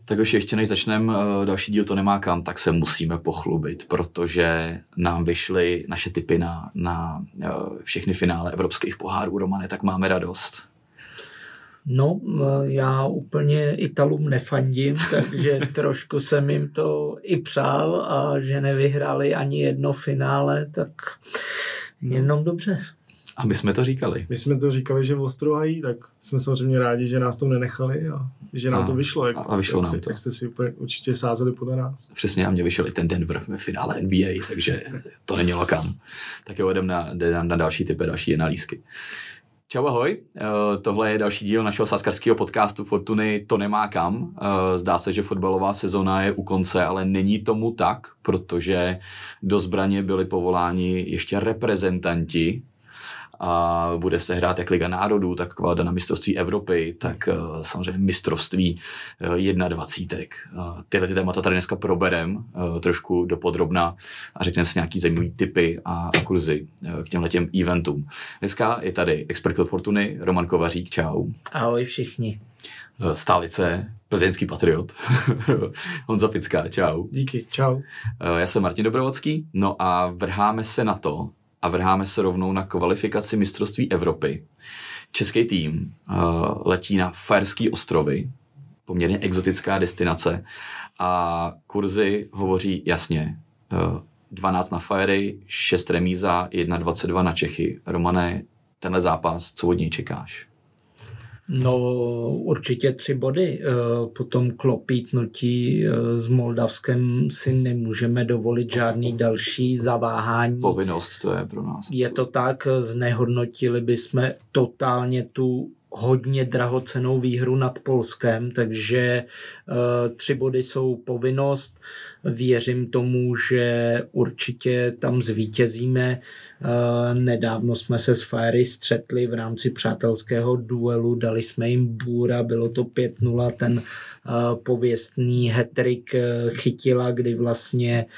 Tak už ještě než začneme další díl To nemá kam, tak se musíme pochlubit, protože nám vyšly naše tipy na všechny finále evropských pohárů. Romane, tak máme radost. No, já úplně Italům nefandím, takže trošku jsem jim to i přál a že nevyhráli ani jedno finále, tak jenom dobře. A my jsme to říkali. My jsme to říkali, že ostrohají, tak jsme samozřejmě rádi, že nás to nenechali a že nám to vyšlo. A vyšlo nám to. Jak jste si určitě sázeli podle nás. Přesně, a mě vyšel i ten Denver ve finále NBA, takže to nemělo kam. Tak jo, jdem na další typy, další analýzky. Čau, ahoj, tohle je další díl našeho sázkařského podcastu Fortuny To nemá kam. Zdá se, že fotbalová sezona je u konce, ale není tomu tak, protože do zbraně byli povoláni ještě reprezentanti a bude se hrát jak Liga národů, tak kvalda na mistrovství Evropy, tak samozřejmě mistrovství 21. Tyhle témata tady dneska proberem trošku dopodrobna a řekneme si nějaký zajímavý tipy a kurzy k těmhletěm eventům. Dneska je tady expert Klub Fortuny, Roman Kovařík, čau. Ahoj všichni. Stálice, plzeňský patriot, Honza Picka, čau. Díky, čau. Já jsem Martin Dobrovodský, no a vrháme se na to, a vrháme se rovnou na kvalifikaci mistrovství Evropy. Český tým letí na Faerský ostrovy, poměrně exotická destinace a kurzy hovoří jasně. 12 na Faery, 6 remíza, 1,22 na Čechy. Romane, tenhle zápas, co od něj čekáš? No určitě 3 body. Po tom klopítnutí s Moldavskem si nemůžeme dovolit žádný další zaváhání. Povinnost to je pro nás. Je to tak, znehodnotili bychom totálně tu hodně drahocennou výhru nad Polskem, takže 3 body jsou povinnost. Věřím tomu, že určitě tam zvítězíme. Nedávno jsme se s Faery střetli v rámci přátelského duelu, dali jsme jim bůra, bylo to 5-0, ten pověstný hat-trick Chytila, kdy vlastně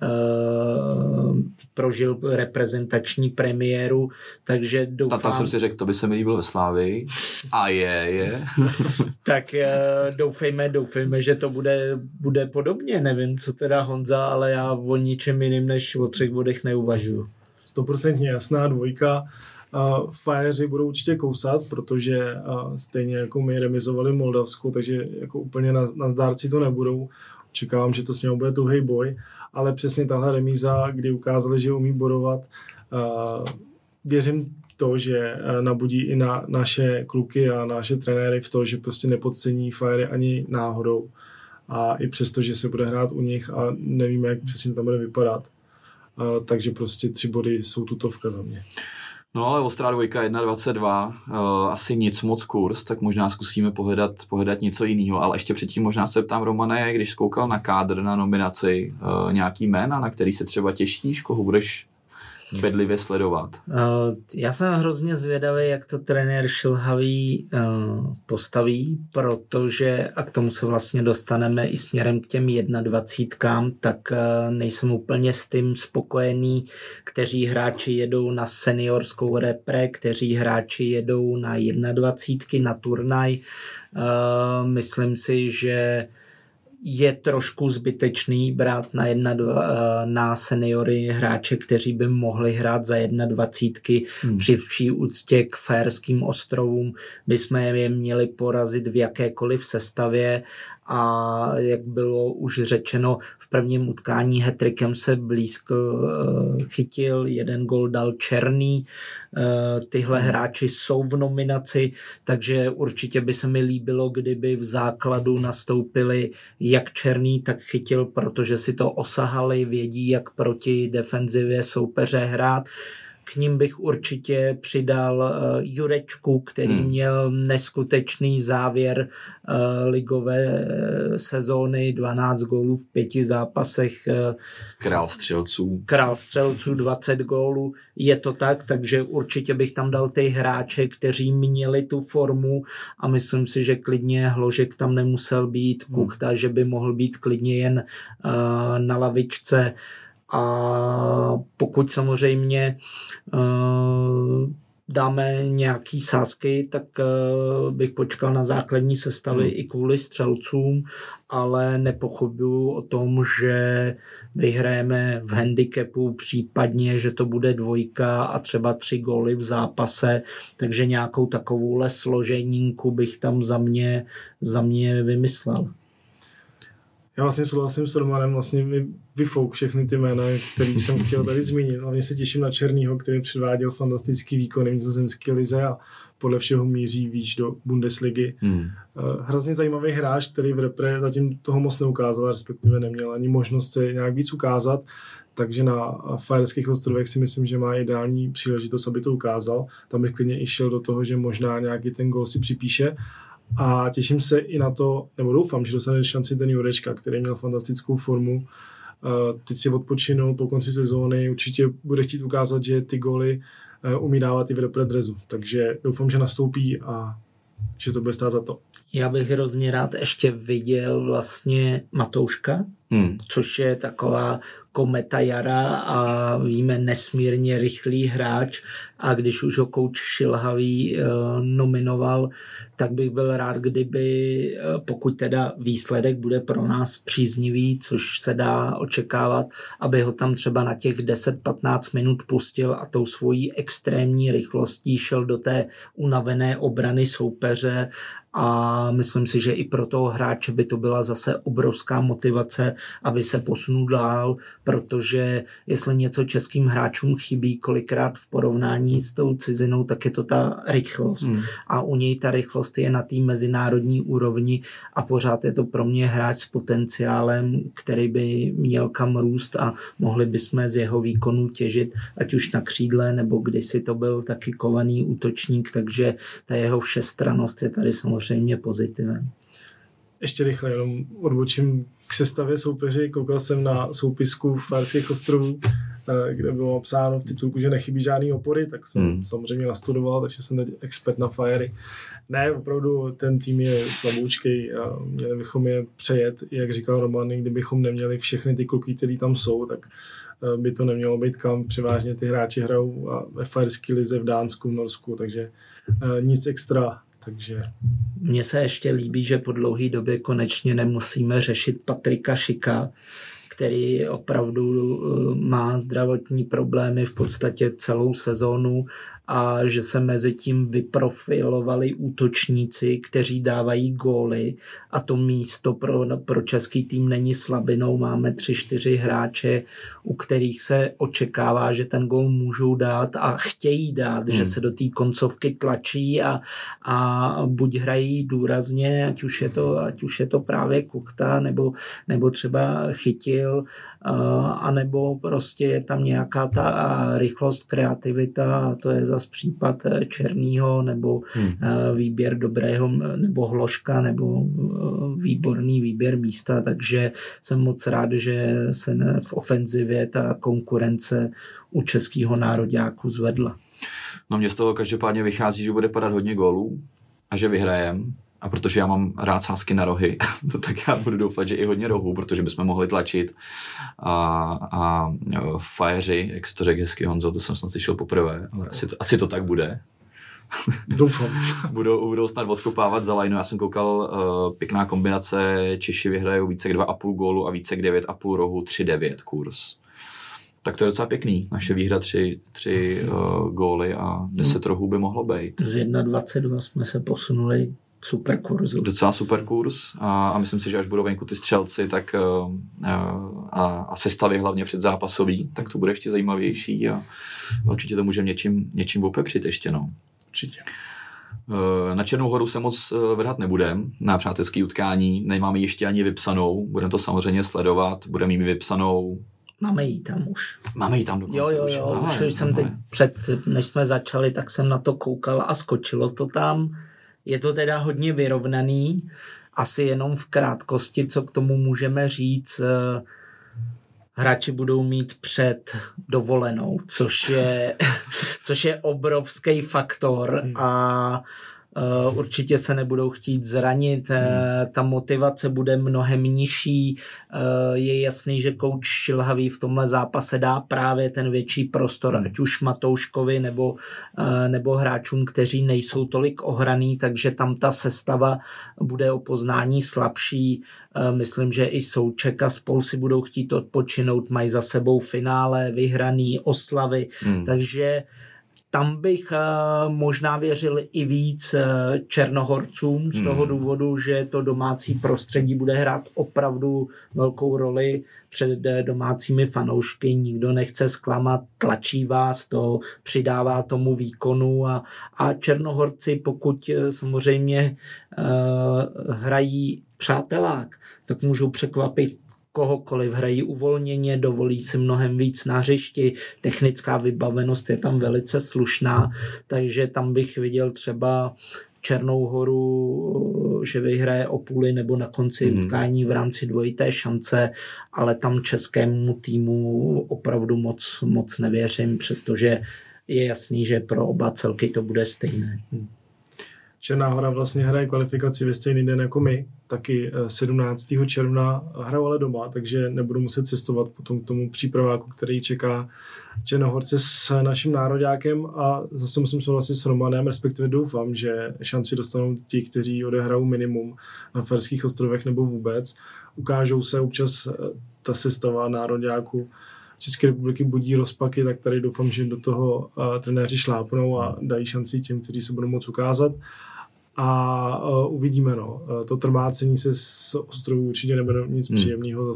prožil reprezentační premiéru, takže doufám... Tam jsem si řekl, to by se mi líbilo ve Slávii. A je. Tak doufejme, že to bude podobně. Nevím, co teda Honza, ale já o ničem jiným než o 3 bodech neuvažuju. 100% jasná dvojka. Fajeři budou určitě kousat, protože stejně jako my remizovali Moldavsku, takže jako úplně na zdárci to nebudou. Očekávám, že to s ním bude tuhej boj, ale přesně tahle remíza, kdy ukázali, že umí bodovat, věřím to, že nabudí i na naše kluky a naše trenéry v to, že prostě nepodcení Fajery ani náhodou. A i přesto, že se bude hrát u nich a nevíme, jak přesně tam bude vypadat. Takže prostě 3 body jsou tutovka za mě. No ale ostrá dvojka 1,22, asi nic moc kurz, tak možná zkusíme pohledat něco jiného, ale ještě předtím možná se ptám, Romane, když zkoukal na kádr, na nominaci, nějaký jména, na který se třeba těšíš, koho budeš bedlivě sledovat? Já jsem hrozně zvědavý, jak to trenér Šilhavý postaví, protože, a k tomu se vlastně dostaneme i směrem k těm 21, tak nejsem úplně s tím spokojený, kteří hráči jedou na seniorskou repre, kteří hráči jedou na 21, na turnaj. Myslím si, že je trošku zbytečný brát na seniory hráče, kteří by mohli hrát za 21. Při vší úctě k Faerským ostrovům bychom je měli porazit v jakékoliv sestavě a jak bylo už řečeno, v prvním utkání hat-trickem se blízko chytil, 1 gól dal Černý. Tyhle hráči jsou v nominaci, takže určitě by se mi líbilo, kdyby v základu nastoupili jak Černý, tak Chytil, protože si to osahali, vědí, jak proti defenzivě soupeře hrát. K ním bych určitě přidal Jurečku, který měl neskutečný závěr ligové sezóny, 12 gólů v 5 zápasech. Král střelců, 20 gólů. Je to tak, takže určitě bych tam dal ty hráče, kteří měli tu formu a myslím si, že klidně Hložek tam nemusel být, Kuchta, že by mohl být klidně jen na lavičce. A pokud samozřejmě dáme nějaký sázky, tak bych počkal na základní sestavy i kvůli střelcům, ale nepochybuju o tom, že vyhrajeme v handicapu, případně, že to bude 2 a třeba 3 góly v zápase, takže nějakou takovouhle složenínku bych tam za mě vymyslel. Já vlastně souhlasím s Romanem, vlastně mi vyfouk všechny ty jména, které jsem chtěl tady zmínit. Hlavně se těším na Černýho, který předváděl fantastický výkon v nizozemské lize a podle všeho míří výš do Bundesligy. Hrozně zajímavý hráč, který v repre zatím toho moc neukázal, respektive neměl ani možnost se nějak víc ukázat, takže na Fajerských ostrovech si myslím, že má ideální příležitost, aby to ukázal. Tam bych klidně i šel do toho, že možná nějaký ten gól si připíše. A těším se i na to, nebo doufám, že dostane šanci ten Jurečka, který měl fantastickou formu. Teď si odpočinul po konci sezóny, určitě bude chtít ukázat, že ty góly umí dávat i v repredrezu. Takže doufám, že nastoupí a že to bude stát za to. Já bych hrozně rád ještě viděl vlastně Matouška, což je taková kometa jara a víme nesmírně rychlý hráč a když už ho kouč Šilhavý nominoval, tak bych byl rád, kdyby, pokud teda výsledek bude pro nás příznivý, což se dá očekávat, aby ho tam třeba na těch 10-15 minut pustil a tou svojí extrémní rychlostí šel do té unavené obrany soupeře a myslím si, že i pro toho hráče by to byla zase obrovská motivace, aby se posunul dál, protože jestli něco českým hráčům chybí kolikrát v porovnání s tou cizinou, tak je to ta rychlost. A u něj ta rychlost je na té mezinárodní úrovni a pořád je to pro mě hráč s potenciálem, který by měl kam růst a mohli bychom z jeho výkonu těžit, ať už na křídle, nebo kdysi to byl taky kovaný útočník, takže ta jeho všestrannost je tady samozřejmě pozitivem. Ještě rychle jenom odbočím k sestavě soupeři. Koukal jsem na soupisku Fajerských ostrovů, kde bylo psáno v titulku, že nechybí žádný opory, tak jsem samozřejmě nastudoval, takže jsem teď expert na Fajery. Ne, opravdu ten tým je slaboučkej a měli bychom je přejet, jak říkal Roman, kdybychom neměli všechny ty kluky, který tam jsou, tak by to nemělo být kam. Převážně ty hráči hrajou ve Fajerské lize v Dánsku, v Norsku, takže nic extra. Takže... Mně se ještě líbí, že po dlouhé době konečně nemusíme řešit Patrika Šika, který opravdu má zdravotní problémy v podstatě celou sezónu a že se mezi tím vyprofilovali útočníci, kteří dávají góly a to místo pro český tým není slabinou. Máme 3-4 hráče, u kterých se očekává, že ten gól můžou dát a chtějí dát, že se do té koncovky tlačí a buď hrají důrazně, ať už je to právě Kuchta nebo třeba Chytil, a nebo prostě je tam nějaká ta rychlost, kreativita a to je zas případ Černýho nebo výběr dobrého nebo Hloška nebo výborný výběr místa, takže jsem moc rád, že se v ofenzivě ta konkurence u českého nároďáku zvedla. No mně z toho každopádně vychází, že bude padat hodně gólů a že vyhrajem. A protože já mám rád sázky na rohy, tak já budu doufat, že i hodně rohů, protože bychom mohli tlačit. A Fajeři, jak jsi to řekl hezky, Honzo, to jsem snad slyšel poprvé, ale asi to tak bude. Doufám. budou snad odkopávat za lajnu. Já jsem koukal, pěkná kombinace, Češi vyhrajou více k 2,5 gólu a více k 9,5 rohu, 3,9 kurz. Tak to je docela pěkný. Naše výhra 3 góly a 10 rohů by mohlo být. Z 1,22 jsme se posunuli super kurzu. Docela super kurz a myslím si, že až budou venku ty střelci tak a sestavy hlavně předzápasový, tak to bude ještě zajímavější a určitě to můžeme něčím opepřit ještě. No. Určitě. Na Černou Horu se moc vrhat nebudem na přátelské utkání, nemáme ještě ani vypsanou, budeme to samozřejmě sledovat, budeme jí vypsanou. Máme jí tam už. Máme jí tam dokonce. Jo, už jsem teď než jsme začali, tak jsem na to koukal a skočilo to tam. Je to teda hodně vyrovnaný, asi jenom v krátkosti, co k tomu můžeme říct. Hráči budou mít před dovolenou, což je obrovský faktor a určitě se nebudou chtít zranit, ta motivace bude mnohem nižší, je jasný, že kouč Šilhavý v tomhle zápase dá právě ten větší prostor, ať už Matouškovi nebo hráčům, kteří nejsou tolik ohraný, takže tam ta sestava bude o poznání slabší. Myslím, že i Souček a spol si budou chtít odpočinout, mají za sebou finále, vyhraný, oslavy, takže tam bych možná věřil i víc Černohorcům z toho důvodu, že to domácí prostředí bude hrát opravdu velkou roli před domácími fanoušky. Nikdo nechce zklamat, tlačí vás, to přidává tomu výkonu a Černohorci, pokud samozřejmě hrají přátelák, tak můžou překvapit kohokoliv, hrají uvolněně, dovolí si mnohem víc na hřišti, technická vybavenost je tam velice slušná, takže tam bych viděl třeba Černou Horu, že vyhraje o půli nebo na konci utkání v rámci dvojité šance, ale tam českému týmu opravdu moc nevěřím, přestože je jasný, že pro oba celky to bude stejné. Černá Hora vlastně hraje kvalifikaci ve stejný den jako my, taky 17. června hrajou ale doma, takže nebudu muset cestovat potom k tomu přípraváku, který čeká Černohorce s naším nároďákem a zase musím souhlasit s Romanem, respektive doufám, že šanci dostanou ti, kteří odehrajou minimum na Ferských ostrovech nebo vůbec. Ukážou se občas ta sestava nároďáku České republiky budí rozpaky, tak tady doufám, že do toho trenéři šlápnou a dají šanci těm, kteří se budou moct ukázat. A uvidíme, no. To trmácení se z ostrovů určitě nebude nic příjemného,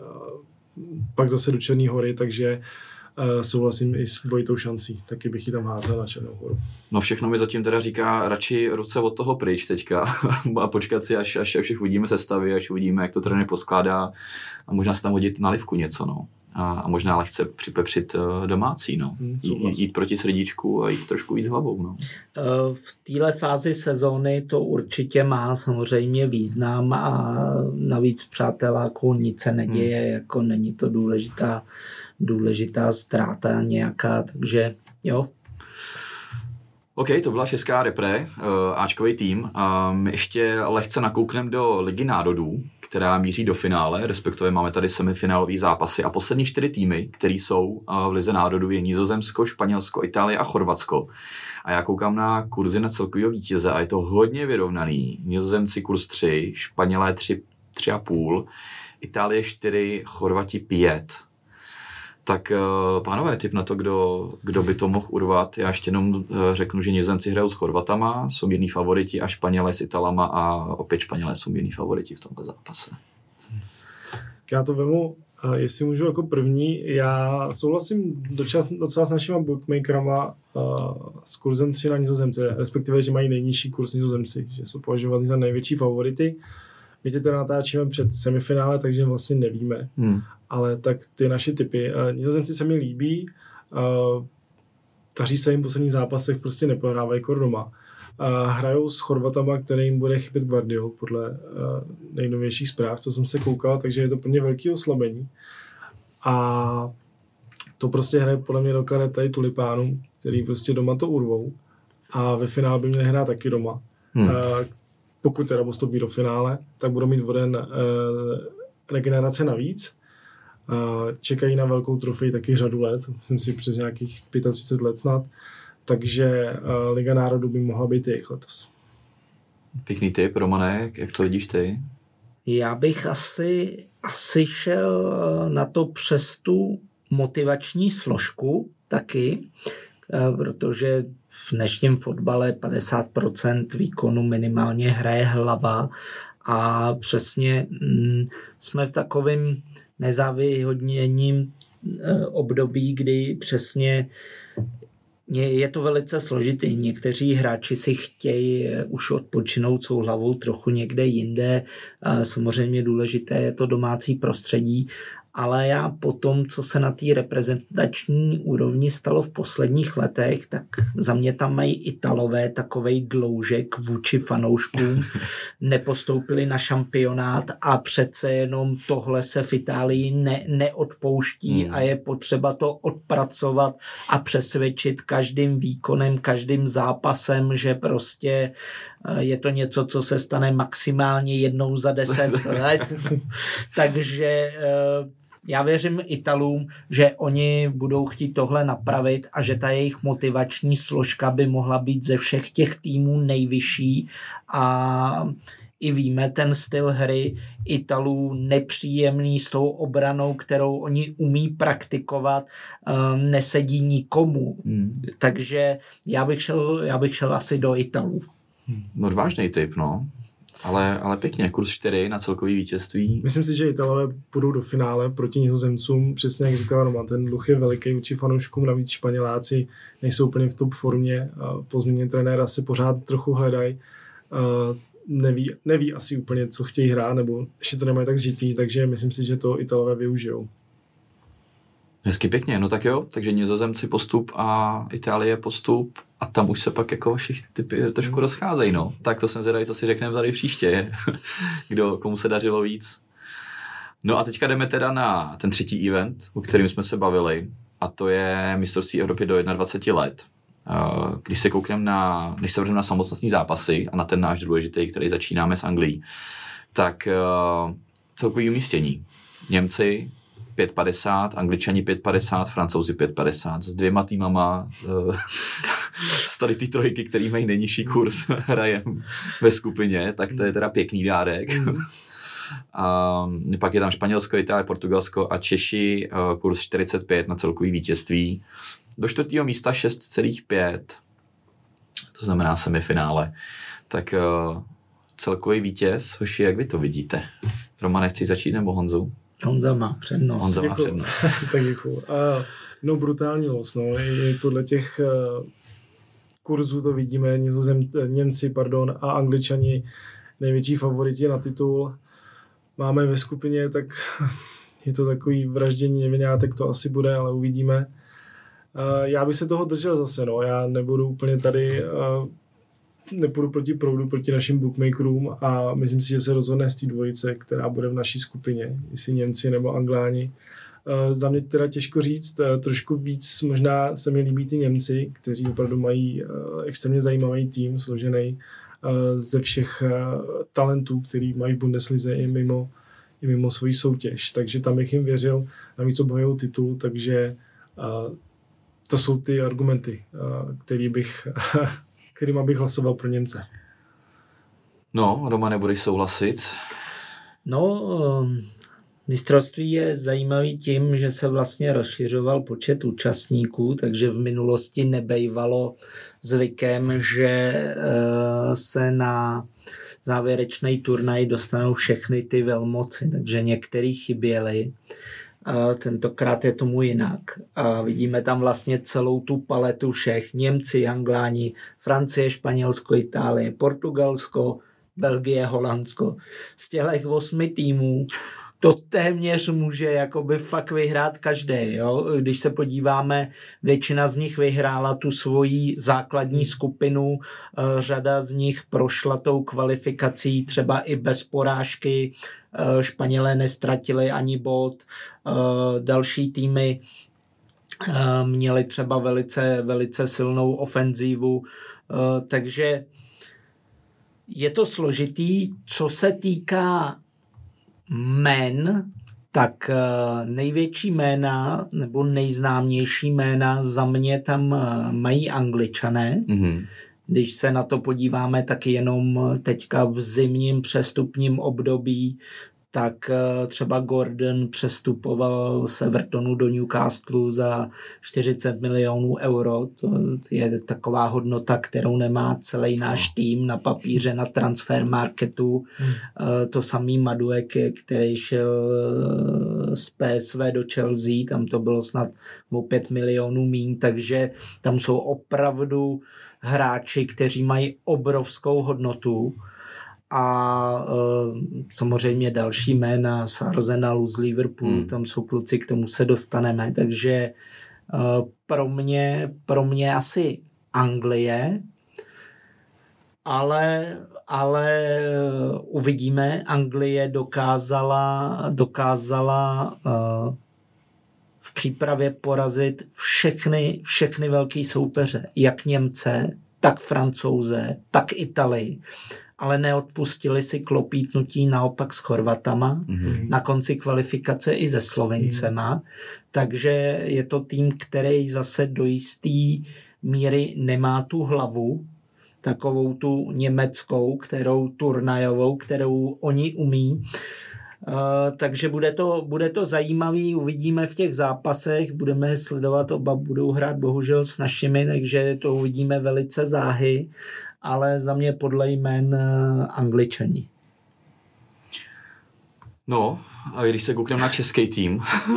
pak zase do Černé Hory, takže souhlasím i s dvojitou šancí, taky bych ji tam házel na Černou Horu. No všechno mi zatím teda říká radši ruce od toho pryč teďka a počkat si, až uvidíme sestavy, až uvidíme, jak to trenér poskládá a možná se tam hodit na livku něco, no. A možná lehce připepřit domácí, no. Jít proti srdíčku a jít trošku víc hlavou, no. V téhle fázi sezóny to určitě má samozřejmě význam a navíc přáteláku nic se neděje, jako není to důležitá ztráta nějaká, takže jo. OK, to byla česká repre, áčkový tým. My ještě lehce nakoukneme do Ligy národů, která míří do finále, respektive máme tady semifinálový zápasy a poslední 4 týmy, které jsou v Lize národů, je Nizozemsko, Španělsko, Itálie a Chorvatsko. A já koukám na kurzy na celkového vítěze a je to hodně vyrovnaný. Nizozemci kurz 3, Španělé 3,5, Itálie 4, Chorvati 5. Tak pánové, tip na to, kdo by to mohl urvat. Já ještě jenom řeknu, že Nizozemci hrajou s Chorvatama, jsou mírní favoriti a Španělé s Italama a opět Španělé jsou mírní favoriti v tomto zápase. Já to vemu, jestli můžu jako první, já souhlasím docela s našima bookmakerama s kurzem 3 na Nizozemce, respektive, že mají nejnižší kurz Nizozemci, že jsou považováni za největší favority. My tě teda natáčíme před semifinále, takže vlastně nevíme. Ale tak ty naše tipy. Nizozemci se mi líbí, daří se jim v posledních zápasech, prostě neprohrávají jako doma. Hrajou s Chorvatama, kterým bude chybět Gvardiol, podle nejnovějších zpráv, co jsem se koukal, takže je to pro ně velký oslabení. A to prostě hraje podle mě do karet tady Tulipánům, který prostě doma to urvou. A ve finále by měli hrát taky doma. Pokud teda postoupí do finále, tak budou mít voden regenerace navíc. Čekají na velkou trofej taky řadu let, myslím si přes nějakých 35 let snad, takže Liga národů by mohla být jejich letos. Pěkný tip, Romane, jak to vidíš ty? Já bych asi šel na to přes tu motivační složku taky, protože v dnešním fotbale 50% výkonu minimálně hraje hlava a přesně jsme v takovém nezávyhodněním období, kdy přesně je to velice složitý. Někteří hráči si chtějí už odpočinout svou hlavou trochu někde jinde. Samozřejmě důležité je to domácí prostředí, ale já po tom, co se na té reprezentační úrovni stalo v posledních letech, tak za mě tam mají Italové takovej dloužek vůči fanouškům, nepostoupili na šampionát a přece jenom tohle se v Itálii neodpouští a je potřeba to odpracovat a přesvědčit každým výkonem, každým zápasem, že prostě Je to něco, co se stane maximálně jednou za 10 let. Takže já věřím Italům, že oni budou chtít tohle napravit a že ta jejich motivační složka by mohla být ze všech těch týmů nejvyšší a i víme ten styl hry Italů nepříjemný s tou obranou, kterou oni umí praktikovat, nesedí nikomu. Takže já bych šel asi do Italů. Odvážnej typ, no. Ale pěkně, kurz 4 na celkový vítězství. Myslím si, že Italové půjdou do finále proti Nizozemcům, přesně jak říkal Roman, ten Luch je veliký vůči fanouškům, navíc Španěláci nejsou úplně v top formě, po změně trenéra se pořád trochu hledají, neví asi úplně, co chtějí hrát, nebo ještě to nemají tak zžitý, takže myslím si, že to Italové využijou. Hezky pěkně, no tak jo, takže Nizozemci postup a Itálie postup a tam už se pak jako vaši typy trošku rozcházejí, no. Tak to jsem zvědavý, co si řekneme tady příště, komu se dařilo víc. No a teďka jdeme teda na ten třetí event, o kterým jsme se bavili, a to je mistrovství Evropy do 21 let. Když se koukneme než se vrhneme na samostatní zápasy a na ten náš důležitý, který začínáme s Anglií, tak celkový umístění. Němci 5,50, Angličani 5,50, Francouzi 5,50. S 2 týmama z tady ty trojky, který mají nejnižší kurz, hrajem ve skupině, tak to je teda pěkný dárek. A pak je tam Španělsko, Itálie, Portugalsko a Češi, kurz 45 na celkový vítězství. Do 4. místa 6,5. To znamená semifinále. Tak celkový vítěz, hoši, jak vy to vidíte? Romane, chceš začít nebo Honzu? Honza má přednost. Tak děkuju. No brutální los, no. I podle těch kurzů to vidíme, Němci a Angličani největší favoriti na titul. Máme ve skupině, tak je to takový vraždění nevinátek, to asi bude, ale uvidíme. Já bych se toho držel zase, no. Já nebudu úplně tady, nepůjdu proti proudu, proti našim bookmakerům a myslím si, že se rozhodne z té dvojice, která bude v naší skupině, jestli Němci nebo Angláni. Za mě teda těžko říct, trošku víc možná se mi líbí ty Němci, kteří opravdu mají extrémně zajímavý tým, složený ze všech talentů, který mají v Bundeslize i mimo svoji soutěž. Takže tam bych jim věřil, navíc obhajují titul, takže to jsou ty argumenty, kterýma bych hlasoval pro Němce. No, Romane, budeš souhlasit? No, mistrovství je zajímavý tím, že se vlastně rozšiřoval počet účastníků, takže v minulosti nebejvalo zvykem, že se na závěrečný turnaj dostanou všechny ty velmoci, takže některý chyběli. Tentokrát je tomu jinak. Vidíme tam vlastně celou tu paletu všech. Němci, Angláni, Francie, Španělsko, Itálie, Portugalsko, Belgie, Holandsko. Z těch 8 týmů to téměř může jakoby fakt vyhrát každý. Jo? Když se podíváme, většina z nich vyhrála tu svoji základní skupinu, řada z nich prošla tou kvalifikací třeba i bez porážky, Španělé nestratili ani bod, další týmy měli třeba velice silnou ofenzívu, takže je to složitý. Co se týká jmén, tak největší jména nebo nejznámější jména za mě tam mají Angličané. Mm-hmm. Když se na to podíváme, tak jenom teďka v zimním přestupním období, tak třeba Gordon přestupoval z Evertonu do Newcastlu za 40 milionů euro. To je taková hodnota, kterou nemá celý náš tým na papíře na transfer marketu. To samý Madueke, který šel z PSV do Chelsea, tam to bylo snad o 5 milionů míň, takže tam jsou opravdu hráči, kteří mají obrovskou hodnotu. A samozřejmě další jména z Arsenalu, z Liverpoolu, tam jsou kluci, k tomu se dostaneme, takže pro mě asi Anglie, ale uvidíme. Anglie dokázala v přípravě porazit všechny velký soupeře, jak Němce, tak Francouze, tak Italii, ale neodpustili si klopítnutí naopak s Chorvatama, na konci kvalifikace i se Slovincema, takže je to tým, který zase do jistý míry nemá tu hlavu, takovou tu německou, kterou turnajovou, kterou oni umí. Takže bude to zajímavý, uvidíme v těch zápasech, budeme sledovat, oba budou hrát bohužel s našimi, takže to uvidíme velice záhy, ale za mě podle jmén Angličani. No, a když se koukneme na český tým,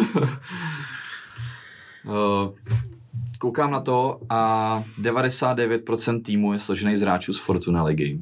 koukám na to a 99% týmu je složený z hráčů z Fortuna ligy.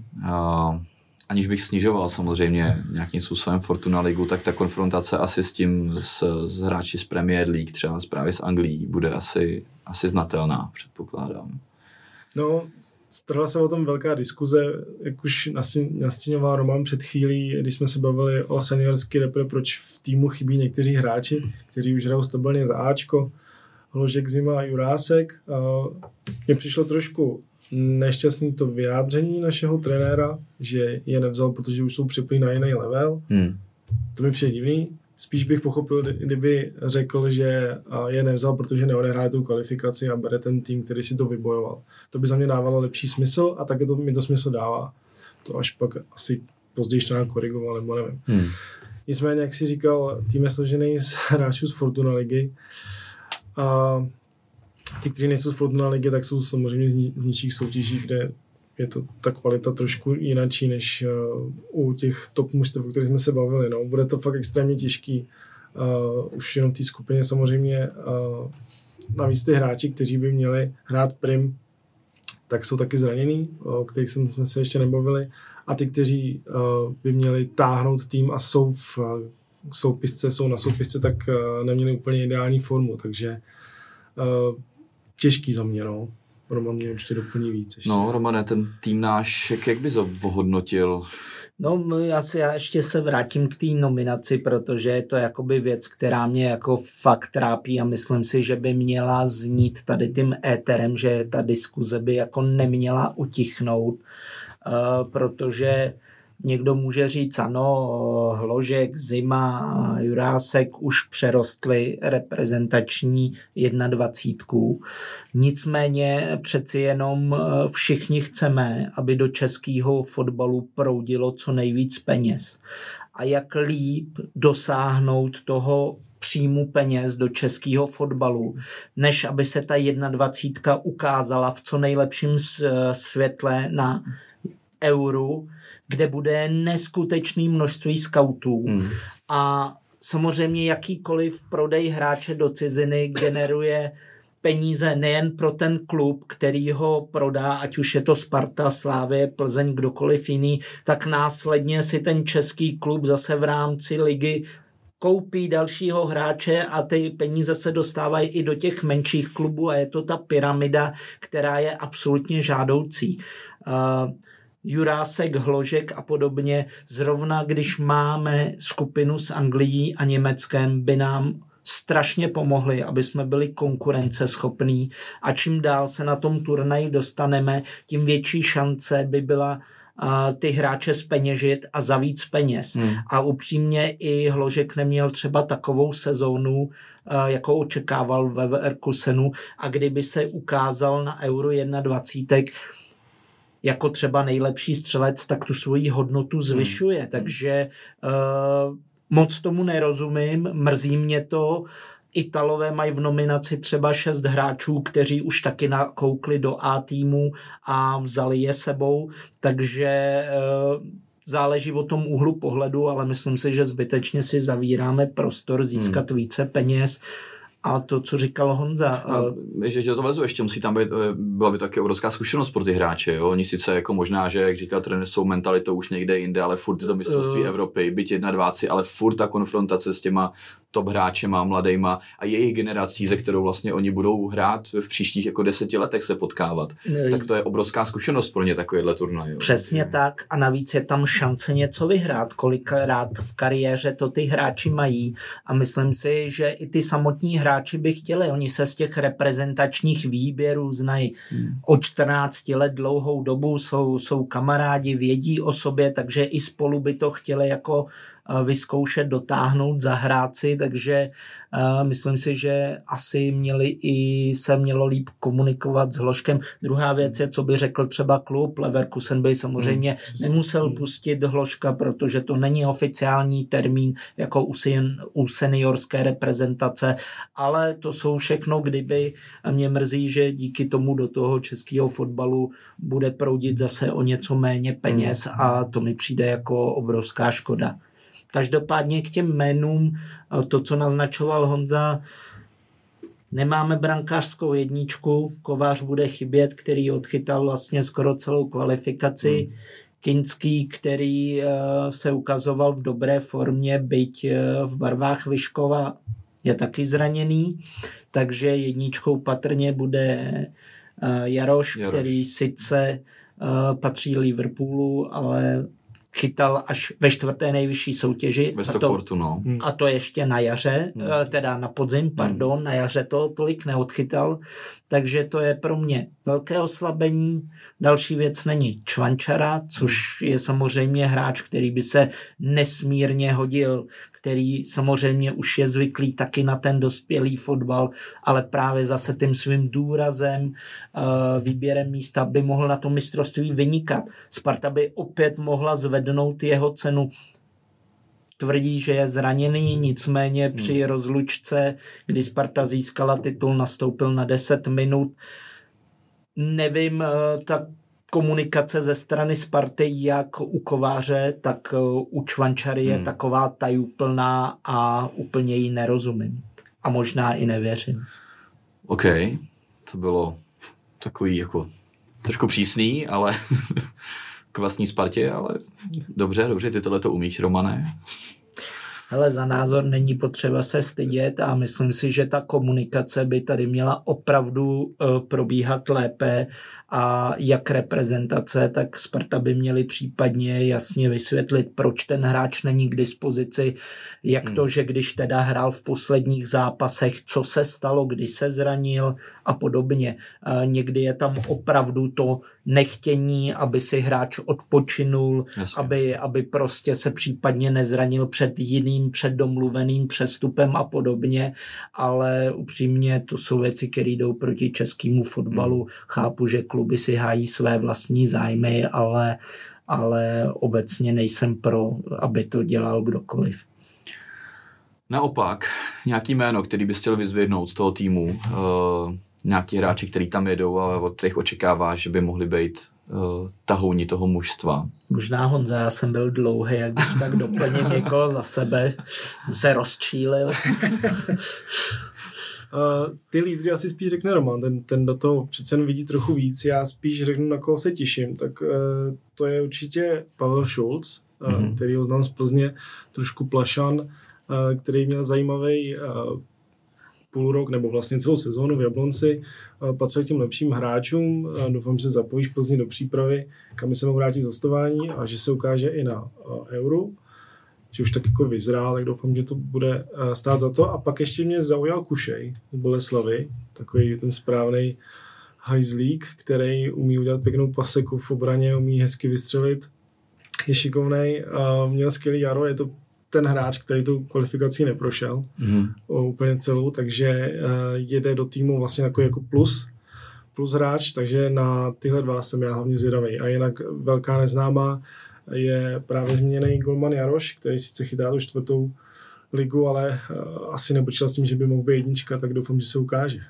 Aniž bych snižoval samozřejmě nějakým způsobem Fortuna ligu, tak ta konfrontace asi s tím, s hráči z Premier League, třeba právě z Anglii, bude asi znatelná, předpokládám. No, strhla se o tom velká diskuze, jak už nastíňoval Roman před chvílí, když jsme se bavili o seniorský repre, proč v týmu chybí někteří hráči, kteří už hrajou stabilně za Ačko, Hložek, Zima a Jurásek. Mně přišlo trošku nešťastný to vyjádření našeho trenéra, že je nevzal, protože už jsou připlý na jiný level. To mi přijde divný. Spíš bych pochopil, kdyby řekl, že je nevzal, protože neodehraje tu kvalifikaci a bere ten tým, který si to vybojoval. To by za mě dávalo lepší smysl a také mi to smysl dává. To až pak asi později to nějak korigoval, nebo nevím. Nicméně, jak si říkal, tým je složený z hráčů z Fortuna ligy. A ty, kteří nejsou z Fortuna ligy, tak jsou samozřejmě z nižších soutěží, kde je to ta kvalita trošku jinačí než u těch top mužstev, o kterých jsme se bavili. No. Bude to fakt extrémně těžký. Už jenom v té skupině samozřejmě navíc ty hráči, kteří by měli hrát prim, tak jsou taky zranění, o kterých jsme se ještě nebavili. A ty, kteří by měli táhnout tým a jsou na soupisce, tak neměli úplně ideální formu. Takže těžký za mě, no. Roman mě určitě doplní víc. Ještě. No, Romane, ten tým náš, jak bys ho ohodnotil? No, já ještě se vrátím k té nominaci, protože je to jakoby věc, která mě jako fakt trápí a myslím si, že by měla znít tady tím éterem, že ta diskuze by jako neměla utichnout, protože někdo může říct, ano, Hložek, Zima, Jurásek už přerostli reprezentační 21. Nicméně přeci jenom všichni chceme, aby do českého fotbalu proudilo co nejvíc peněz. A jak líp dosáhnout toho příjmu peněz do českého fotbalu, než aby se ta 21 ukázala v co nejlepším světle na Euru, kde bude neskutečné množství skautů. A samozřejmě jakýkoliv prodej hráče do ciziny generuje peníze nejen pro ten klub, který ho prodá, ať už je to Sparta, Slavie, Plzeň, kdokoliv jiný, tak následně si ten český klub zase v rámci ligy koupí dalšího hráče a ty peníze se dostávají i do těch menších klubů a je to ta pyramida, která je absolutně žádoucí. Jurásek, Hložek a podobně, zrovna když máme skupinu s Anglií a Německem, by nám strašně pomohli, aby jsme byli konkurenceschopní a čím dál se na tom turnaji dostaneme, tím větší šance by byla ty hráče zpeněžit a za víc peněz. A upřímně i Hložek neměl třeba takovou sezónu, jakou očekával ve Leverkusenu a kdyby se ukázal na Euro 21 jako třeba nejlepší střelec, tak tu svoji hodnotu zvyšuje. Takže moc tomu nerozumím, mrzí mě to. Italové mají v nominaci třeba 6 hráčů, kteří už taky nakoukli do A týmu a vzali je sebou, takže záleží o tom úhlu pohledu, ale myslím si, že zbytečně si zavíráme prostor získat více peněz. A to, co říkal Honza. Že to vezu ještě, musí tam být, byla by taky obrovská zkušenost pro ty hráče. Jo? Oni sice jako možná, že jak říkal trenér, jsou mentalitou už někde jinde, ale furt je to mistrovství Evropy, byť 21, ale furt ta konfrontace s těma top hráčema, mladejma a jejich generací, ze kterou vlastně oni budou hrát v příštích jako 10 letech se potkávat. Tak to je obrovská zkušenost pro ně takovýhle turnaj. Jo? Přesně tak a navíc je tam šance něco vyhrát. Kolikrát v kariéře to ty hráči mají a myslím si, že i ty samotní hráči hráči by chtěli. Oni se z těch reprezentačních výběrů znají od 14 let dlouhou dobu, jsou kamarádi, vědí o sobě, takže i spolu by to chtěli jako vyzkoušet, dotáhnout, zahrát si, takže myslím si, že asi se mělo líp komunikovat s Hložkem. Druhá věc je, co by řekl třeba klub. Leverkusen by samozřejmě nemusel pustit Hložka, protože to není oficiální termín jako u seniorské reprezentace, ale to jsou všechno, kdyby. Mě mrzí, že díky tomu do toho českého fotbalu bude proudit zase o něco méně peněz a to mi přijde jako obrovská škoda. Každopádně k těm jménům, to, co naznačoval Honza, nemáme brankářskou jedničku, Kovář bude chybět, který odchytal vlastně skoro celou kvalifikaci, Kinský, který se ukazoval v dobré formě, byť v barvách Vyškova je taky zraněný, takže jedničkou patrně bude Jaroš, který sice patří Liverpoolu, ale chytal až ve 4. nejvyšší soutěži. A to ještě na jaře, teda na podzim, na jaře to tolik neodchytal, takže to je pro mě velké oslabení. Další věc není Čvančara, což je samozřejmě hráč, který by se nesmírně hodil, který samozřejmě už je zvyklý taky na ten dospělý fotbal, ale právě zase tím svým důrazem, výběrem místa by mohl na to mistrovství vynikat. Sparta by opět mohla zvednout jeho cenu. Tvrdí, že je zraněný, nicméně při rozlučce, kdy Sparta získala titul, nastoupil na 10 minut. Nevím, ta komunikace ze strany Sparty, jak u Kováře, tak u Čvančary je taková tajuplná a úplně jí nerozumím. A možná i nevěřím. OK, to bylo takový jako trošku přísný, ale k vlastní Spartě, ale dobře, ty tohle to umíš, Romane. Hele, za názor není potřeba se stydět a myslím si, že ta komunikace by tady měla opravdu probíhat lépe a jak reprezentace, tak Sparta by měli případně jasně vysvětlit, proč ten hráč není k dispozici, jak to, že když teda hrál v posledních zápasech, co se stalo, kdy se zranil a podobně. Někdy je tam opravdu to nechtění, aby si hráč odpočinul, aby prostě se případně nezranil před jiným předdomluveným přestupem a podobně, ale upřímně to jsou věci, které jdou proti českému fotbalu. Chápu, že kluby si hájí své vlastní zájmy, ale obecně nejsem pro, aby to dělal kdokoliv. Naopak, nějaký jméno, který bys chtěl vyzvědnout z toho týmu, nějaký hráči, který tam jedou a od kterých očekává, že by mohli být tahouni toho mužstva. Možná Honza, já jsem byl dlouhý, jak když tak doplním někoho za sebe, se rozčílil. Ty lídry asi spíš řekne Roman, ten do toho přece vidí trochu víc, já spíš řeknu, na koho se těším, tak to je určitě Pavel Šulc, který ho znám z Plzně, trošku plašan, který měl zajímavý půl rok nebo vlastně celou sezónu v Jablonci, patřil k těm lepším hráčům, doufám, že se zapojíš Plzni do přípravy, kam se mohou vrátit z hostování a že se ukáže i na Euro, že už tak jako vyzrál, tak doufám, že to bude stát za to. A pak ještě mě zaujal Kušej z Boleslavy, takový ten správný hajzlík, který umí udělat pěknou paseku v obraně, umí hezky vystřelit, je šikovnej, měl skvělý jaro, je to ten hráč, který tu kvalifikací neprošel úplně celou, takže jede do týmu vlastně takový jako plus hráč, takže na tyhle dva jsem já hlavně zvědavý. A jinak velká neznámá je právě zmíněný golman Jaroš, který sice chytá tu 4. ligu, ale asi nepočítal s tím, že by mohl být jednička, tak doufám, že se ukáže.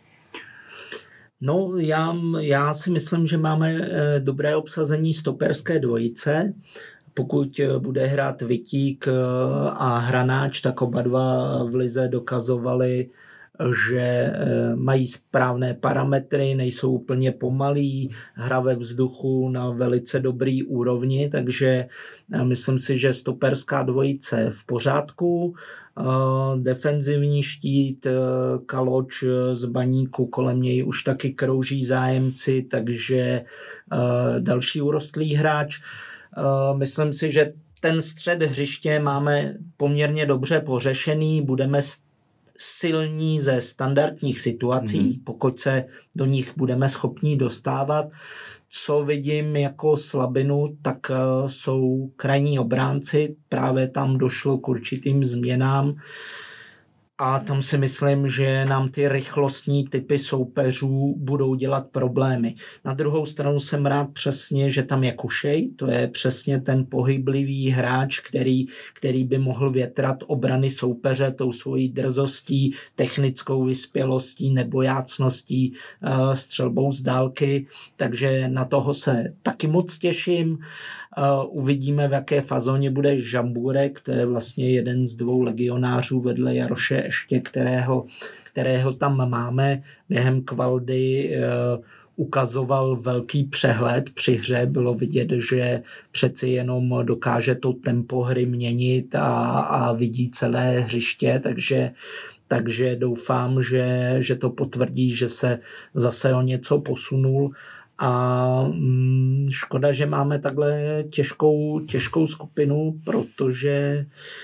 No, já si myslím, že máme dobré obsazení stoperské dvojice. Pokud bude hrát Vitík a Hranáč, tak oba dva v lize dokazovali, že mají správné parametry, nejsou úplně pomalí, hra ve vzduchu na velice dobrý úrovni, takže myslím si, že stoperská dvojice v pořádku. Defenzivní štít, Kaloč z Baníku, kolem něj už taky krouží zájemci, takže další urostlý hráč. Myslím si, že ten střed hřiště máme poměrně dobře pořešený, budeme silní ze standardních situací, pokud se do nich budeme schopni dostávat. Co vidím jako slabinu, tak jsou krajní obránci, právě tam došlo k určitým změnám a tam si myslím, že nám ty rychlostní typy soupeřů budou dělat problémy. Na druhou stranu jsem rád přesně, že tam je Kušej, to je přesně ten pohyblivý hráč, který by mohl větrat obrany soupeře tou svojí drzostí, technickou vyspělostí, nebojácností, střelbou z dálky, takže na toho se taky moc těším. Uvidíme, v jaké fazóně bude Žamburek, to je vlastně jeden z 2 legionářů vedle Jaroše Ještě, kterého tam máme. Během kvaldy ukazoval velký přehled při hře, bylo vidět, že přeci jenom dokáže to tempo hry měnit a vidí celé hřiště, takže doufám, že to potvrdí, že se zase o něco posunul. A škoda, že máme takhle těžkou skupinu, protože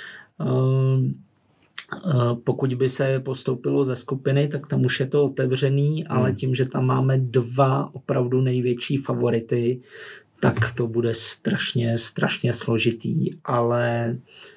pokud by se postoupilo ze skupiny, tak tam už je to otevřený, ale tím, že tam máme 2 opravdu největší favority, tak to bude strašně složitý, ale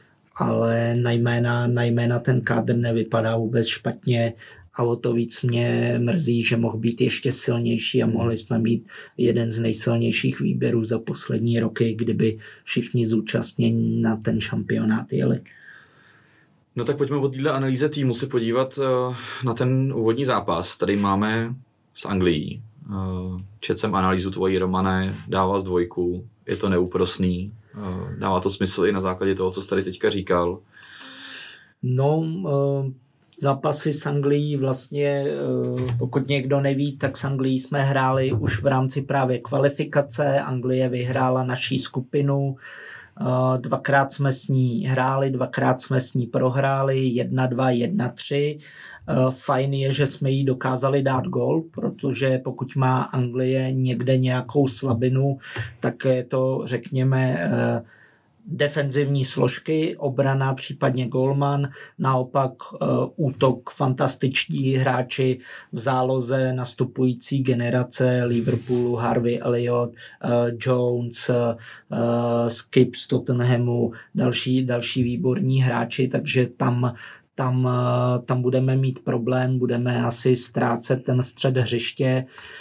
na jména ten kádr nevypadá vůbec špatně. A o to víc mě mrzí, že mohl být ještě silnější a mohli jsme mít jeden z nejsilnějších výběrů za poslední roky, kdyby všichni zúčastnění na ten šampionát jeli. No tak pojďme od téhle analýze týmu se podívat na ten úvodní zápas. Tady máme s Anglií. Četl jsem analýzu tvojí, Romane, dával z 2, je to neúprosný. Dává to smysl i na základě toho, co jsi tady teďka říkal. No, zápasy s Anglií vlastně, pokud někdo neví, tak s Anglií jsme hráli už v rámci právě kvalifikace. Anglie vyhrála naší skupinu, 2krát jsme s ní hráli, 2krát jsme s ní prohráli, 1-2, 1-3. Fajn je, že jsme jí dokázali dát gól, protože pokud má Anglie někde nějakou slabinu, tak je to, řekněme, defenzivní složky, obrana, případně golman, naopak útok, fantastiční hráči v záloze nastupující generace Liverpoolu, Harvey Elliott, Jones, Skip z Tottenhamu, další výborní hráči, takže tam budeme mít problém, budeme asi ztrácet ten střed hřiště.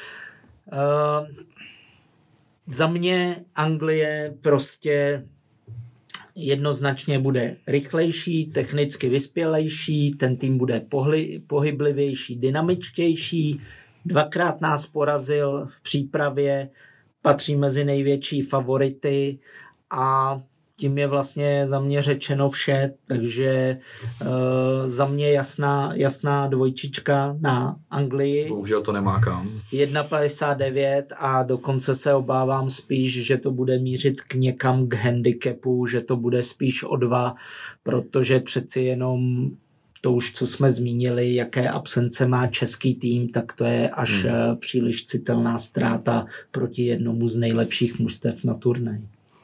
Za mě Anglie prostě jednoznačně bude rychlejší, technicky vyspělejší, ten tým bude pohyblivější, dynamičtější. 2krát nás porazil v přípravě, patří mezi největší favority a tím je vlastně za mě řečeno vše, takže za mě jasná 2 na Anglii. Bohužel to nemá kam. 1,59 a dokonce se obávám spíš, že to bude mířit k někam k handicapu, že to bude spíš o 2, protože přeci jenom to už, co jsme zmínili, jaké absence má český tým, tak to je až příliš citelná ztráta proti jednomu z nejlepších mužstev na turnaj.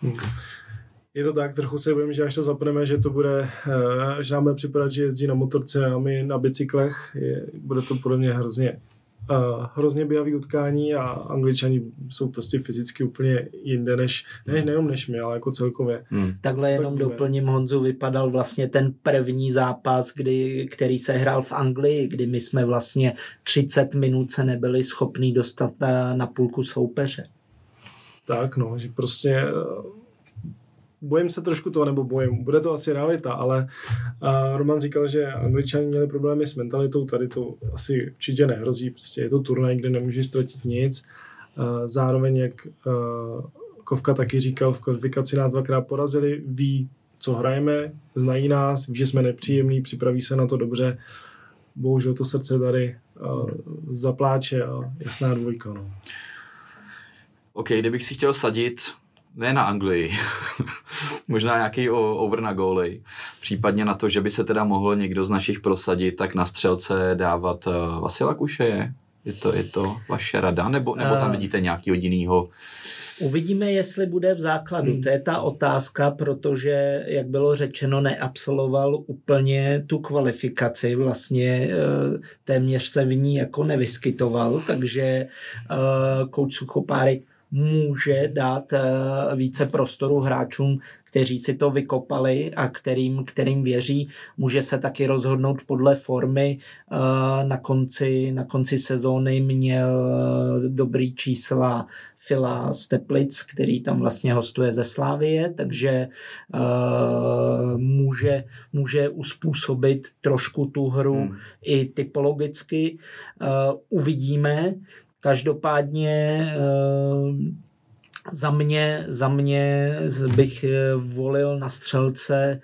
Je to tak, trochu se bojím, že až to zapneme, že to bude, že nám bude připadat, že jezdí na motorce a my na bicyklech. Bude to podle mě hrozně běhavý utkání a Angličani jsou prostě fyzicky úplně jinde nejenom než my, ale jako celkově. Takhle jenom doplním, Honzu, vypadal vlastně ten první zápas, který se hrál v Anglii, kdy my jsme vlastně 30 minut se nebyli schopni dostat na půlku soupeře. Tak no, že prostě bojím se trošku toho, nebo bude to asi realita, ale Roman říkal, že Angličani měli problémy s mentalitou, tady to asi určitě nehrozí, prostě je to turnaj, kde nemůže ztratit nic. Zároveň, jak Kovka taky říkal, v kvalifikaci nás 2krát porazili, ví, co hrajeme, znají nás, ví, že jsme nepříjemní, připraví se na to dobře. Bohužel to srdce tady zapláče a jasná 2. No. OK, kdybych si chtěl sadit ne na Anglii, možná nějaký over na góly, případně na to, že by se teda mohl někdo z našich prosadit, tak na střelce dávat Vasila Kušeje. Je to vaše rada, nebo tam vidíte nějakého jinýho Uvidíme, jestli bude v základu. To je ta otázka, protože, jak bylo řečeno, neabsolvoval úplně tu kvalifikaci. Vlastně téměř se v ní jako nevyskytoval, takže kouč Suchopárek může dát více prostoru hráčům, kteří si to vykopali a kterým věří. Může se taky rozhodnout podle formy. Na konci sezóny měl dobrý čísla Fila z Teplic, který tam vlastně hostuje ze Slavie, takže může uspůsobit trošku tu hru i typologicky. Uvidíme. Každopádně za mě bych volil na střelce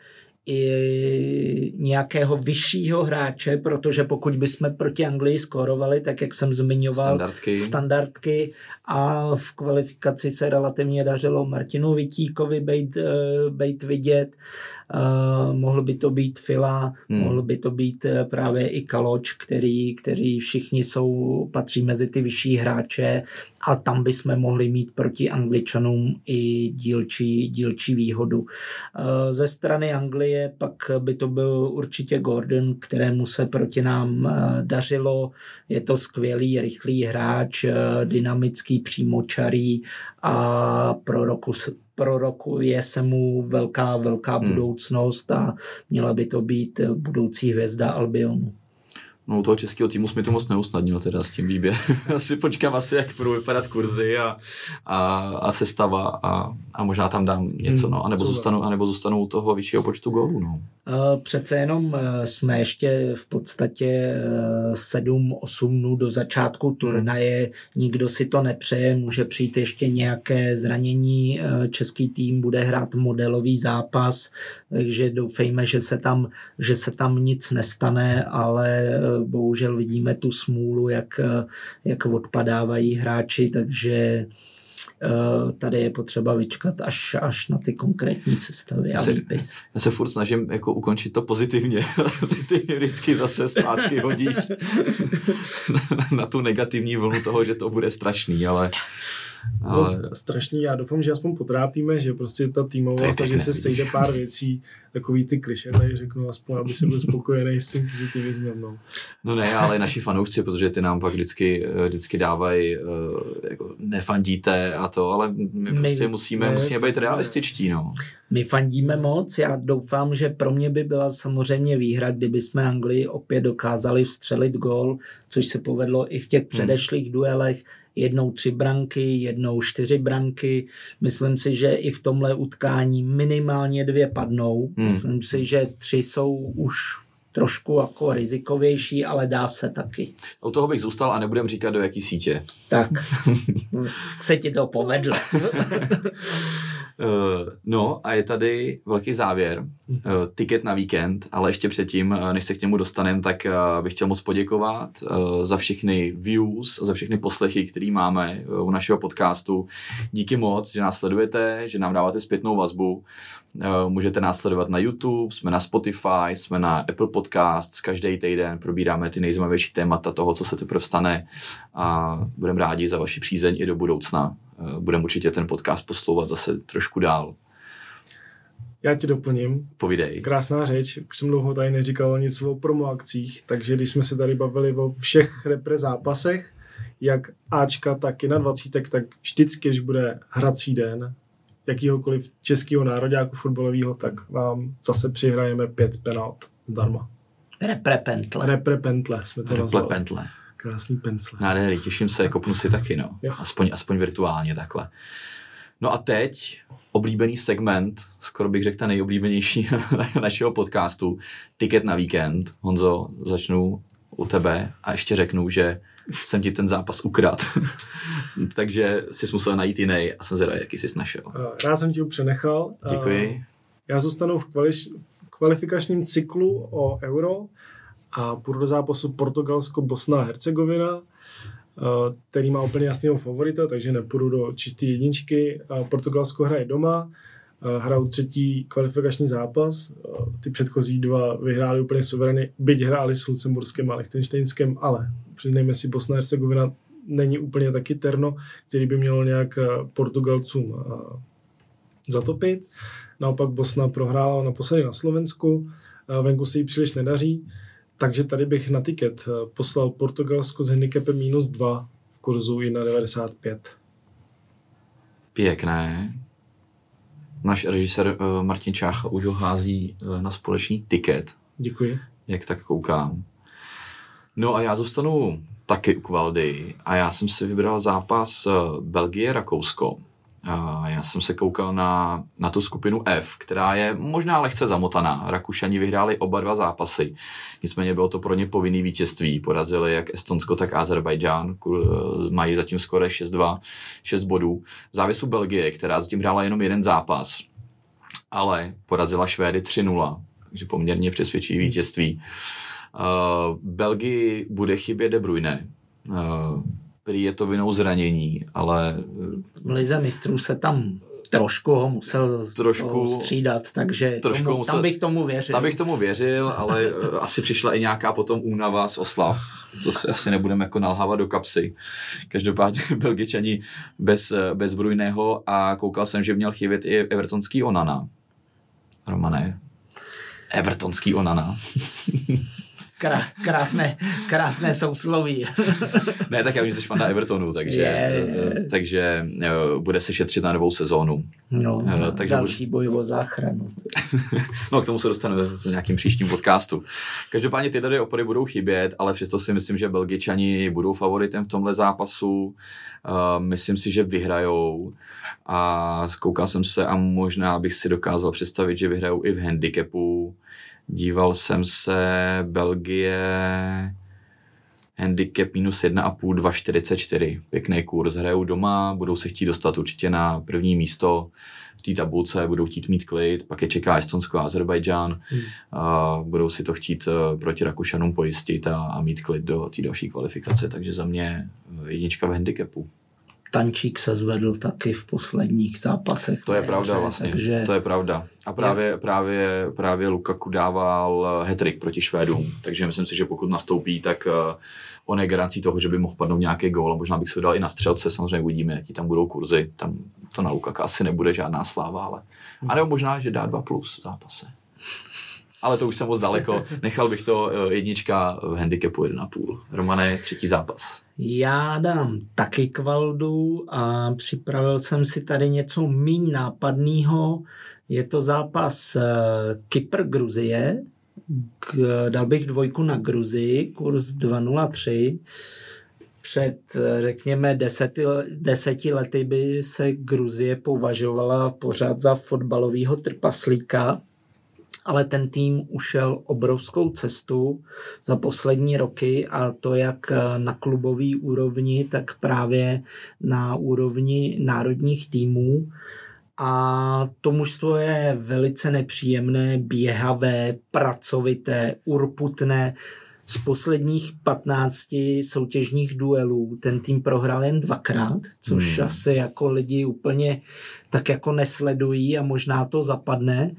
i nějakého vyššího hráče, protože pokud bychom proti Anglii skórovali, tak jak jsem zmiňoval, standardky a v kvalifikaci se relativně dařilo Martinu Vitíkovi být vidět. Mohl by to být Fila, mohl by to být právě i Kaloč, který všichni patří mezi ty vyšší hráče a tam bychom mohli mít proti Angličanům i dílčí výhodu. Ze strany Anglie pak by to byl určitě Gordon, kterému se proti nám dařilo. Je to skvělý, rychlý hráč, dynamický, přímočarý a prorokuje se mu velká budoucnost a měla by to být budoucí hvězda Albionu. No u toho českého týmu jsme to moc neusnadnilo teda s tím výběrem. Asi počkám jak budou vypadat kurzy a sestava a možná tam dám něco, no. Anebo zůstanou u toho vyššího počtu gólů, no. Přece jenom jsme ještě v podstatě 7-8 dnů do začátku turnaje, nikdo si to nepřeje, může přijít ještě nějaké zranění, český tým bude hrát modelový zápas, takže doufejme, že se tam nic nestane, ale bohužel vidíme tu smůlu, jak odpadávají hráči, takže tady je potřeba vyčkat až na ty konkrétní sestavy a výpis. Já se furt snažím jako ukončit to pozitivně. Ty vždycky zase zpátky hodíš na tu negativní vlnu toho, že to bude strašný, ale strašný. Já doufám, že aspoň potrápíme, že prostě ta týmovost, že se sejde pár věcí, takový ty klišé, tady řeknu aspoň, aby se byl spokojený s tím pozitivizmem. No ne, ale naši fanoušci, protože ty nám pak vždycky dávají, jako nefandíte a to, ale my prostě musíme být realističtí, no. My fandíme moc, já doufám, že pro mě by byla samozřejmě výhra, kdyby jsme Anglii opět dokázali vstřelit gól, což se povedlo i v těch předešlých duelech, jednou 3 branky, jednou 4 branky. Myslím si, že i v tomhle utkání minimálně 2 padnou. Myslím si, že 3 jsou už trošku jako rizikovější, ale dá se taky. U toho bych zůstal a nebudem říkat, do jaký sítě. Tak, se ti to povedlo. No a je tady velký závěr, tiket na víkend, ale ještě předtím, než se k němu dostaneme, tak bych chtěl moc poděkovat za všechny views, za všechny poslechy, které máme u našeho podcastu. Díky moc, že nás sledujete, že nám dáváte zpětnou vazbu. Můžete nás sledovat na YouTube, jsme na Spotify, jsme na Apple Podcasts, každý týden probíráme ty nejzajímavější témata toho, co se teprve stane a budeme rádi za vaši přízeň i do budoucna. Budeme určitě ten podcast poslouvat zase trošku dál. Já ti doplním. Povídej. Krásná řeč, už jsem dlouho tady neříkal nic o promo akcích, takže když jsme se tady bavili o všech repre zápasech, jak Ačka, tak i na 20, tak vždycky, když bude hrací den jakýhokoliv českého nároďáku fotbalového, tak vám zase přihrajeme 5 penalt zdarma. Repre pentle jsme to nazvali. Krásný pencle. Nádherný, těším se, kopnu si taky, no. Aspoň virtuálně takhle. No a teď oblíbený segment, skoro bych řekl ten nejoblíbenější našeho podcastu, tiket na víkend. Honzo, začnu u tebe a ještě řeknu, že jsem ti ten zápas ukradl. Takže jsi musel najít jiný a jsem zvědavý, jaký jsi našel. Rád jsem ti ho přenechal. Děkuji. Já zůstanu v kvalifikačním cyklu o Euro a půjdu do zápasu Portugalsko-Bosna a Hercegovina, který má úplně jasného favorita, takže nepůjdu do čisté jedničky. Portugalsko hraje doma, hrajou 3. kvalifikační zápas. Ty předchozí 2 vyhráli úplně suverénně, byť hráli s Lucemburskem a Lichtenštejnskem, ale přiznejme si, Bosna a Hercegovina není úplně taky terno, který by mělo nějak Portugalcům zatopit. Naopak Bosna prohrála naposledy na Slovensku, venku se jí příliš nedaří, takže tady bych na tiket poslal Portugalsko s handicapem -2 v kurzu 1,95. Pěkné. Náš režisér Martin Čácha už ho hází na společný tiket. Děkuji. Jak tak koukám. No a já zůstanu taky u Kvaldy a já jsem si vybral zápas Belgie-Rakousko. Já jsem se koukal na tu skupinu F, která je možná lehce zamotaná. Rakušani vyhráli oba 2 zápasy. Nicméně bylo to pro ně povinný vítězství. Porazili jak Estonsko, tak Azerbajdžán. Mají zatím skoro 6-2, 6 bodů. V závěsu Belgie, která zatím hrála jenom 1 zápas, ale porazila Švédy 3-0. Takže poměrně přesvědčivý vítězství. Belgii bude chybět De Bruyne. Prý je to vinou zranění, ale... V lize mistrů se tam trošku ho musel střídat, takže tam bych tomu věřil. Tam bych tomu věřil, ale asi přišla i nějaká potom únava z oslav, co si asi nebudeme jako nalhávat do kapsy. Každopádně Belgičani bez Bruyného a koukal jsem, že měl chybět i evertonský Onana. Romane, evertonský Onana. Krásné sousloví. Ne, tak já vím, že jsi fan na Evertonu, takže bude se šetřit na novou sezónu. No, takže další boj o záchranu. No, k tomu se dostaneme v nějakým příštím podcastu. Každopádně tyhle 2 opory budou chybět, ale přesto si myslím, že Belgičani budou favoritem v tomhle zápasu. Myslím si, že vyhrajou a zkoukal jsem se a možná bych si dokázal představit, že vyhrajou i v handicapu. Díval jsem se, Belgie, handicap -1,5, 2,44. Pěkný kurz, hrajou doma, budou se chtít dostat určitě na první místo v té tabulce, budou chtít mít klid, pak je čeká Estonsko a Azerbajdžán, budou si to chtít proti Rakušanům pojistit a mít klid do té další kvalifikace, takže za mě 1 v handicapu. Tančík se zvedl taky v posledních zápasech. To je pravda vlastně, takže... to je pravda. A právě Lukaku dával hat-trick proti Švédům, takže myslím si, že pokud nastoupí, tak on je garancí toho, že by mohl padnout nějaký gól, a možná bych se dal i na střelce, samozřejmě uvidíme, jaký tam budou kurzy, tam to na Lukaka asi nebude žádná sláva, ale a nebo možná, že dá 2+ zápase. Ale to už jsem moc daleko, nechal bych to 1 v handicapu 1,5. Romane, 3. zápas. Já dám taky Kvaldu a připravil jsem si tady něco míň nápadného. Je to zápas Kypr-Gruzie. Dal bych 2 na Gruzii, kurz 2,03. Před, řekněme, 10 lety by se Gruzie považovala pořád za fotbalového trpaslíka, ale ten tým ušel obrovskou cestu za poslední roky, a to jak na klubové úrovni, tak právě na úrovni národních týmů. A to mužstvo je velice nepříjemné, běhavé, pracovité, urputné. Z posledních 15 soutěžních duelů ten tým prohrál jen 2krát, což asi jako lidi úplně tak jako nesledují a možná to zapadne.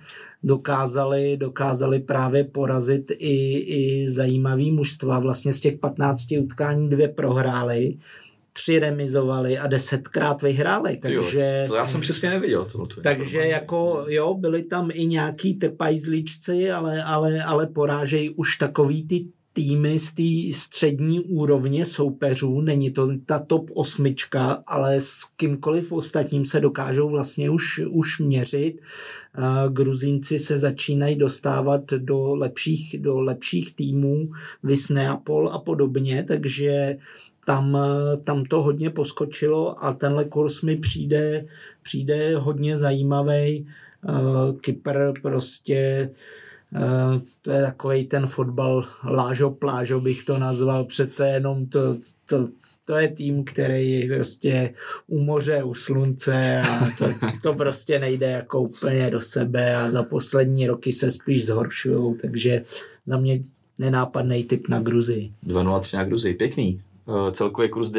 Dokázali právě porazit i zajímavý mužstva. Vlastně z těch 15 utkání 2 prohráli, 3 remizovali a 10krát vyhráli. Takže, to já jsem přesně neviděl. Takže jako jo, byli tam i nějaký trpajzlíčci, ale porážejí už takový ty týmy z té střední úrovně soupeřů, není to ta top 8, ale s kýmkoliv ostatním se dokážou vlastně už měřit. Gruzínci se začínají dostávat do lepších týmů, Vis Neapol a podobně, takže tam to hodně poskočilo a tenhle kurz mi přijde hodně zajímavý. Kypr prostě to je takovej ten fotbal lážo plážo bych to nazval, přece jenom to je tým, který prostě u moře, u slunce a to prostě nejde jako úplně do sebe a za poslední roky se spíš zhoršujou, takže za mě nenápadný tip na Gruzii. 2,03 na Gruzii, pěkný. Celkový kurz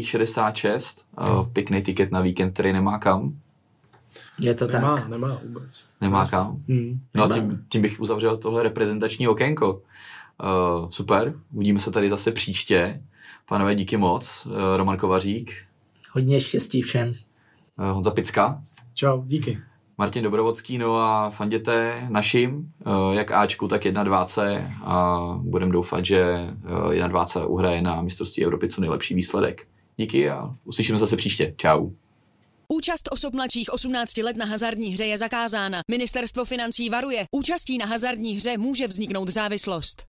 9,66, pěkný tiket na víkend, který nemá kam. Je to tak? Nemá vůbec. Nemá kam? No a tím bych uzavřel tohle reprezentační okénko. Super, uvidíme se tady zase příště. Pánové, díky moc. Roman Kovařík. Hodně štěstí všem. Honza Picka. Čau, díky. Martin Dobrovodský, no a fanděte našim, jak Ačku, tak 1-2 a budeme doufat, že 1-2 uhraje na mistrovství Evropy co nejlepší výsledek. Díky a uslyšíme zase příště. Čau. Účast osob mladších 18 let na hazardní hře je zakázána. Ministerstvo financí varuje, účastí na hazardní hře může vzniknout závislost.